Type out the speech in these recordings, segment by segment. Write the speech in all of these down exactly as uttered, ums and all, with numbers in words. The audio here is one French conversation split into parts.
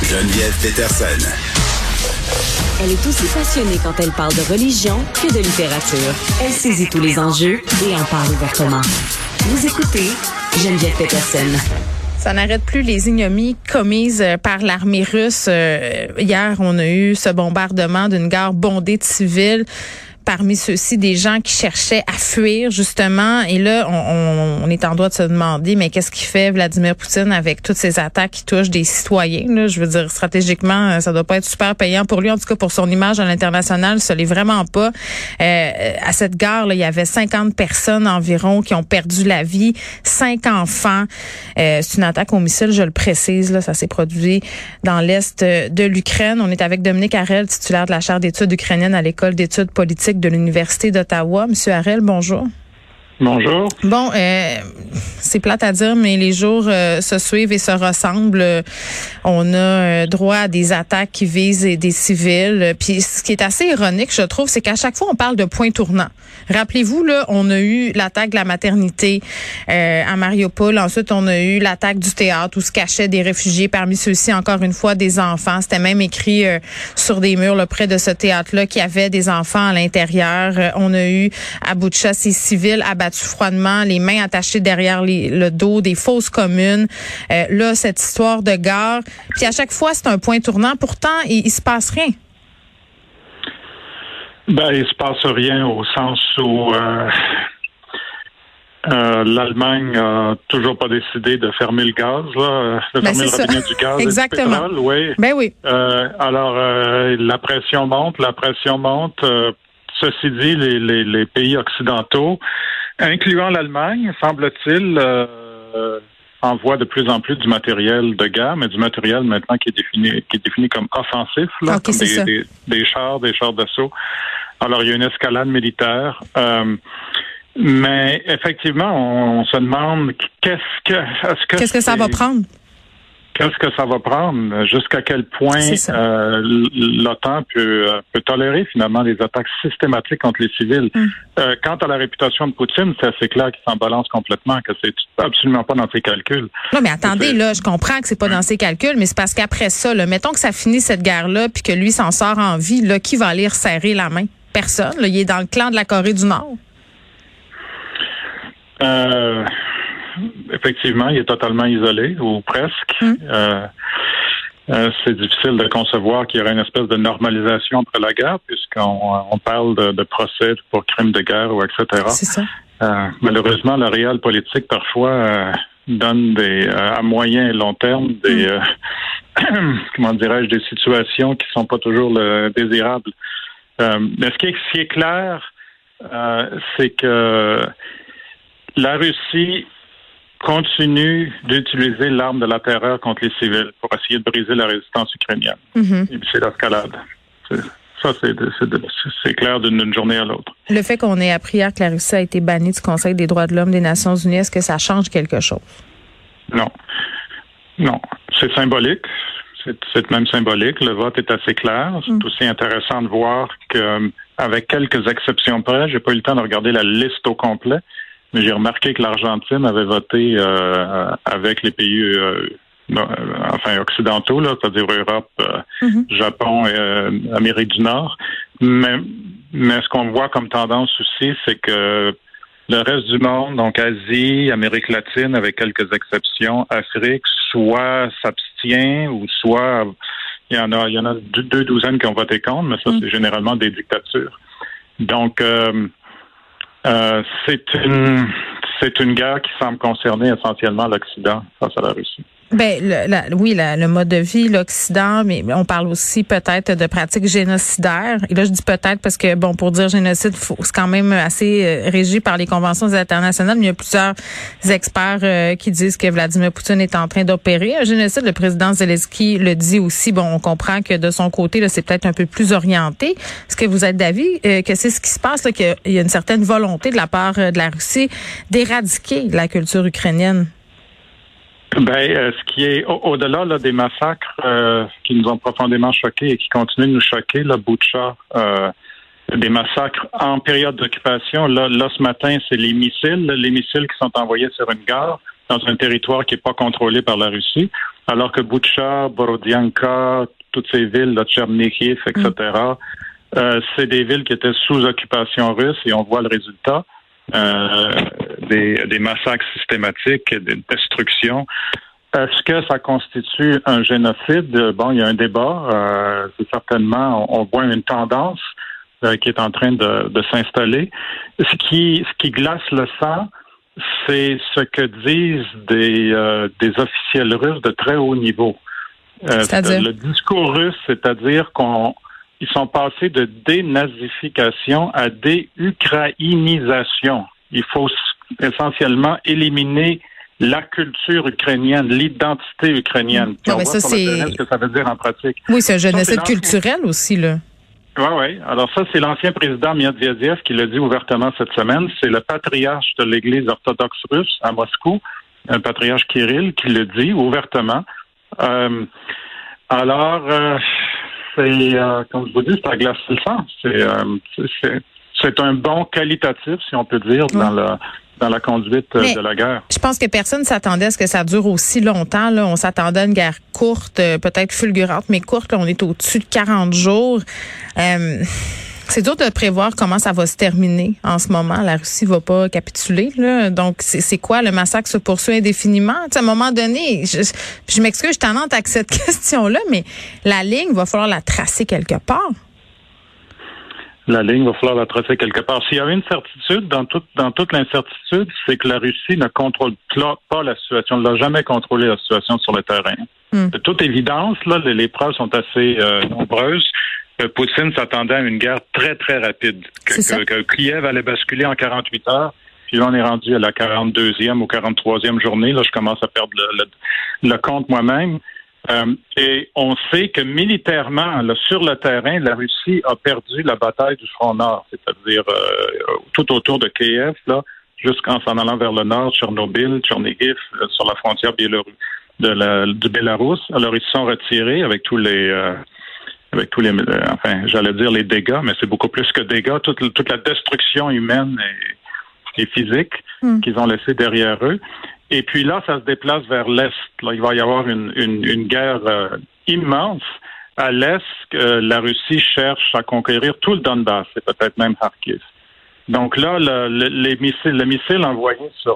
Geneviève Peterson. Elle est aussi passionnée quand elle parle de religion que de littérature. Elle saisit tous les enjeux et en parle ouvertement. Vous écoutez Geneviève Peterson. Ça n'arrête plus les ignominies commises par l'armée russe. Euh, hier, on a eu ce bombardement d'une gare bondée de civils. Parmi ceux-ci, des gens qui cherchaient à fuir, justement. Et là, on, on, on est en droit de se demander, mais qu'est-ce qu'il fait Vladimir Poutine avec toutes ces attaques qui touchent des citoyens? Là? Je veux dire, stratégiquement, ça doit pas être super payant pour lui. En tout cas, pour son image à l'international, ça l'est vraiment pas. Euh, à cette gare, là, il y avait cinquante personnes environ qui ont perdu la vie, cinq enfants. Euh, c'est une attaque au missile, je le précise. Là, ça s'est produit dans l'est de l'Ukraine. On est avec Dominique Harel, titulaire de la chaire d'études ukrainiennes à l'École d'études politiques de l'Université d'Ottawa. Monsieur Harel, bonjour. Bonjour. Bon, euh, c'est plate à dire, mais les jours euh, se suivent et se ressemblent. On a euh, droit à des attaques qui visent des civils. Puis ce qui est assez ironique, je trouve, c'est qu'à chaque fois, on parle de point tournant. Rappelez-vous, là, on a eu l'attaque de la maternité euh, à Mariupol. Ensuite, on a eu l'attaque du théâtre où se cachaient des réfugiés. Parmi ceux-ci, encore une fois, des enfants. C'était même écrit euh, sur des murs là, près de ce théâtre-là qu'il y avait des enfants à l'intérieur. Euh, on a eu à Boutcha ces civils abattus froidement, les mains attachées derrière les, le dos, des fosses communes. Euh, là, cette histoire de gare. Puis à chaque fois, c'est un point tournant. Pourtant, il, il se passe rien. Ben, il se passe rien au sens où euh, euh, l'Allemagne a toujours pas décidé de fermer le gaz, là, de ben fermer le robinet du gaz Exactement. et du pétrole. Oui. Ben oui. Euh, alors, euh, la pression monte, la pression monte. Euh, ceci dit, les, les, les pays occidentaux, incluant l'Allemagne, semble-t-il, euh, envoient de plus en plus du matériel de guerre, mais du matériel maintenant qui est défini, qui est défini comme offensif, là, okay, comme des, des, des chars, des chars d'assaut. Alors, il y a une escalade militaire. Euh, mais effectivement, on, on se demande qu'est-ce que... Est-ce que qu'est-ce que ça va prendre? Qu'est-ce que ça va prendre? Jusqu'à quel point euh, l'OTAN peut, peut tolérer finalement les attaques systématiques contre les civils? Mm. Euh, quant à la réputation de Poutine, c'est assez clair qu'il s'en balance complètement, que c'est absolument pas dans ses calculs. Non, mais attendez, là, je comprends que c'est pas dans ses calculs, mais c'est parce qu'après ça, là, mettons que ça finit cette guerre-là, puis que lui s'en sort en vie, là, qui va aller resserrer la main? Personne. Là, il est dans le clan de la Corée du Nord. Euh... Effectivement, il est totalement isolé, ou presque. Mmh. Euh, euh, c'est difficile de concevoir qu'il y aurait une espèce de normalisation après la guerre, puisqu'on on parle de, de procès pour crimes de guerre ou et cetera. C'est ça. Euh, malheureusement, le réel politique, parfois, euh, donne des euh, à moyen et long terme des mmh. euh, comment dirais-je, des situations qui sont pas toujours le, désirables. Euh, mais ce qui est, ce qui est clair, euh, c'est que la Russie continue d'utiliser l'arme de la terreur contre les civils pour essayer de briser la résistance ukrainienne. Mm-hmm. Et puis c'est l'escalade. C'est, ça, c'est, c'est, c'est clair d'une, d'une journée à l'autre. Le fait qu'on ait appris hier que la Russie a été bannie du Conseil des droits de l'homme des Nations unies, est-ce que ça change quelque chose? Non. Non. C'est symbolique. C'est, c'est même symbolique. Le vote est assez clair. C'est mm. aussi intéressant de voir que, avec quelques exceptions près, j'ai pas eu le temps de regarder la liste au complet, mais j'ai remarqué que l'Argentine avait voté euh, avec les pays euh, enfin occidentaux, là, c'est-à-dire Europe, euh, mm-hmm. Japon et euh, Amérique du Nord. Mais, mais ce qu'on voit comme tendance aussi, c'est que le reste du monde, donc Asie, Amérique latine, avec quelques exceptions, Afrique, soit s'abstient ou soit il y en a, il y en a deux, deux douzaines qui ont voté contre, mais ça, mm. c'est généralement des dictatures. Donc, euh, Euh, c'est une c'est une guerre qui semble concerner essentiellement l'Occident face à la Russie. Ben le, la, oui, la, le mode de vie, l'Occident, mais on parle aussi peut-être de pratiques génocidaires. Et là, je dis peut-être parce que, bon, pour dire génocide, faut, c'est quand même assez euh, régi par les conventions internationales. Mais il y a plusieurs experts euh, qui disent que Vladimir Poutine est en train d'opérer un génocide. Le président Zelensky le dit aussi. Bon, on comprend que de son côté, là, c'est peut-être un peu plus orienté. Est-ce que vous êtes d'avis euh, que c'est ce qui se passe, là, qu'il y a une certaine volonté de la part euh, de la Russie d'éradiquer la culture ukrainienne? Ben, euh, ce qui est au- au-delà là, des massacres euh, qui nous ont profondément choqués et qui continuent de nous choquer, là, Boutcha, euh, des massacres en période d'occupation. Là, là, ce matin, c'est les missiles, les missiles qui sont envoyés sur une gare dans un territoire qui n'est pas contrôlé par la Russie. alors que Boutcha, Borodianka, toutes ces villes, là, Tchernihiv, et cetera, mm. euh, c'est des villes qui étaient sous occupation russe et on voit le résultat. Euh, des, des massacres systématiques, des destructions. Est-ce que ça constitue un génocide? Bon, il y a un débat. Euh, c'est certainement, on, on voit une tendance euh, qui est en train de, de s'installer. Ce qui, ce qui glace le sang, c'est ce que disent des, euh, des officiels russes de très haut niveau. Euh, c'est-à-dire? Le discours russe, c'est-à-dire qu'on ils sont passés de dénazification à déukraïnisation. Il faut essentiellement éliminer la culture ukrainienne, l'identité ukrainienne. Bon, mais ça, c'est ce que ça veut dire en pratique. Oui, c'est un génocide culturel aussi, là. Oui, oui. Alors ça, c'est l'ancien président Medvedev qui l'a dit ouvertement cette semaine. C'est le patriarche de l'Église orthodoxe russe à Moscou, un patriarche Kirill, qui le dit ouvertement. Euh, alors... Euh, C'est, euh, comme je vous dis, c'est à glacer le sang. C'est, euh, c'est, c'est un bond qualitatif, si on peut dire, oui. dans, la, dans la conduite Mais de la guerre. Je pense que personne ne s'attendait à ce que ça dure aussi longtemps. Là. On s'attendait à une guerre courte, peut-être fulgurante, mais courte. Là, on est au-dessus de quarante jours. Euh, c'est dur de prévoir comment ça va se terminer en ce moment. La Russie va pas capituler. Là. Donc, c'est, c'est quoi? Le massacre se poursuit indéfiniment? T'sais, à un moment donné, je, je m'excuse, je t'annonce avec cette question-là, mais la ligne, va falloir la tracer quelque part. La ligne, va falloir la tracer quelque part. S'il y avait une certitude, dans, tout, dans toute l'incertitude, c'est que la Russie ne contrôle pas la situation, ne l'a jamais contrôlé la situation sur le terrain. Mm. De toute évidence, là, les, les preuves sont assez euh, nombreuses. Poutine s'attendait à une guerre très, très rapide. Que, que, que Kiev allait basculer en quarante-huit heures. Puis là, on est rendu à la quarante-deuxième ou quarante-troisième journée. Là, je commence à perdre le, le, le compte moi-même. Euh, et on sait que militairement, là, sur le terrain, la Russie a perdu la bataille du front nord, c'est-à-dire euh, tout autour de Kiev, là, jusqu'en s'en allant vers le nord, Tchernobyl, Tchernihiv, euh, sur la frontière biélorusse, de la, du Bélarus. Alors, ils se sont retirés avec tous les... Euh, avec tous les, euh, enfin, j'allais dire les dégâts, mais c'est beaucoup plus que dégâts, toute, toute la destruction humaine et, et physique mm. qu'ils ont laissé derrière eux. Et puis là, ça se déplace vers l'Est. Là, il va y avoir une, une, une guerre euh, immense à l'Est. Euh, la Russie cherche à conquérir tout le Donbass, et peut-être même Kharkiv. Donc là, le, le, les missiles, le missile envoyé sur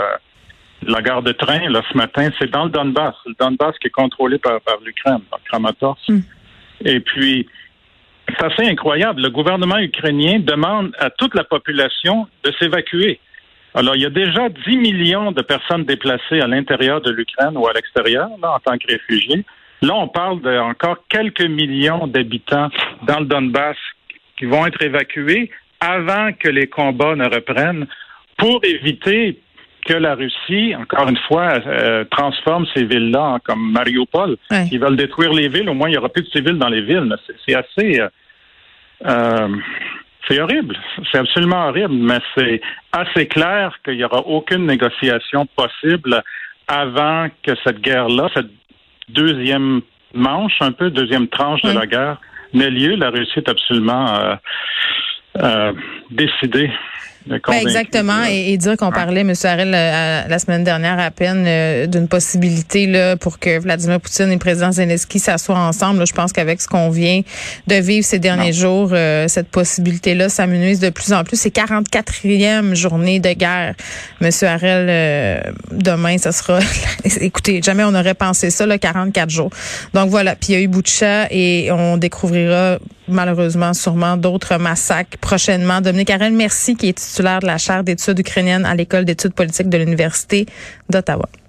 le, la gare de train là, ce matin, c'est dans le Donbass. Le Donbass qui est contrôlé par, par l'Ukraine, par Kramatorsk. Mm. Et puis, c'est assez incroyable. Le gouvernement ukrainien demande à toute la population de s'évacuer. Alors, il y a déjà dix millions de personnes déplacées à l'intérieur de l'Ukraine ou à l'extérieur, là, en tant que réfugiés. Là, on parle d'encore quelques millions d'habitants dans le Donbass qui vont être évacués avant que les combats ne reprennent pour éviter que la Russie, encore une fois, euh, transforme ces villes-là comme Mariupol. Ouais. Ils veulent détruire les villes, au moins il n'y aura plus de civils dans les villes. Mais c'est, c'est assez... Euh, euh, c'est horrible. C'est absolument horrible, mais c'est assez clair qu'il n'y aura aucune négociation possible avant que cette guerre-là, cette deuxième manche, un peu deuxième tranche ouais. de la guerre, n'ait lieu. La Russie est absolument euh, euh, décidée. Ben exactement, et, et dire qu'on parlait, M. Harel, euh, la semaine dernière à peine, euh, d'une possibilité là pour que Vladimir Poutine et le président Zelensky s'assoient ensemble. Là, je pense qu'avec ce qu'on vient de vivre ces derniers non. jours, euh, cette possibilité-là s'amenuise de plus en plus. C'est quarante-quatrième journée de guerre. M. Harel, euh, demain, ça sera... Écoutez, jamais on aurait pensé ça, là, quarante-quatre jours. Donc voilà, puis il y a eu Boutcha et on découvrira malheureusement sûrement d'autres massacres prochainement. Dominique Harel, merci, qui est titulaire de la chaire d'études ukrainiennes à l'École d'études politiques de l'Université d'Ottawa.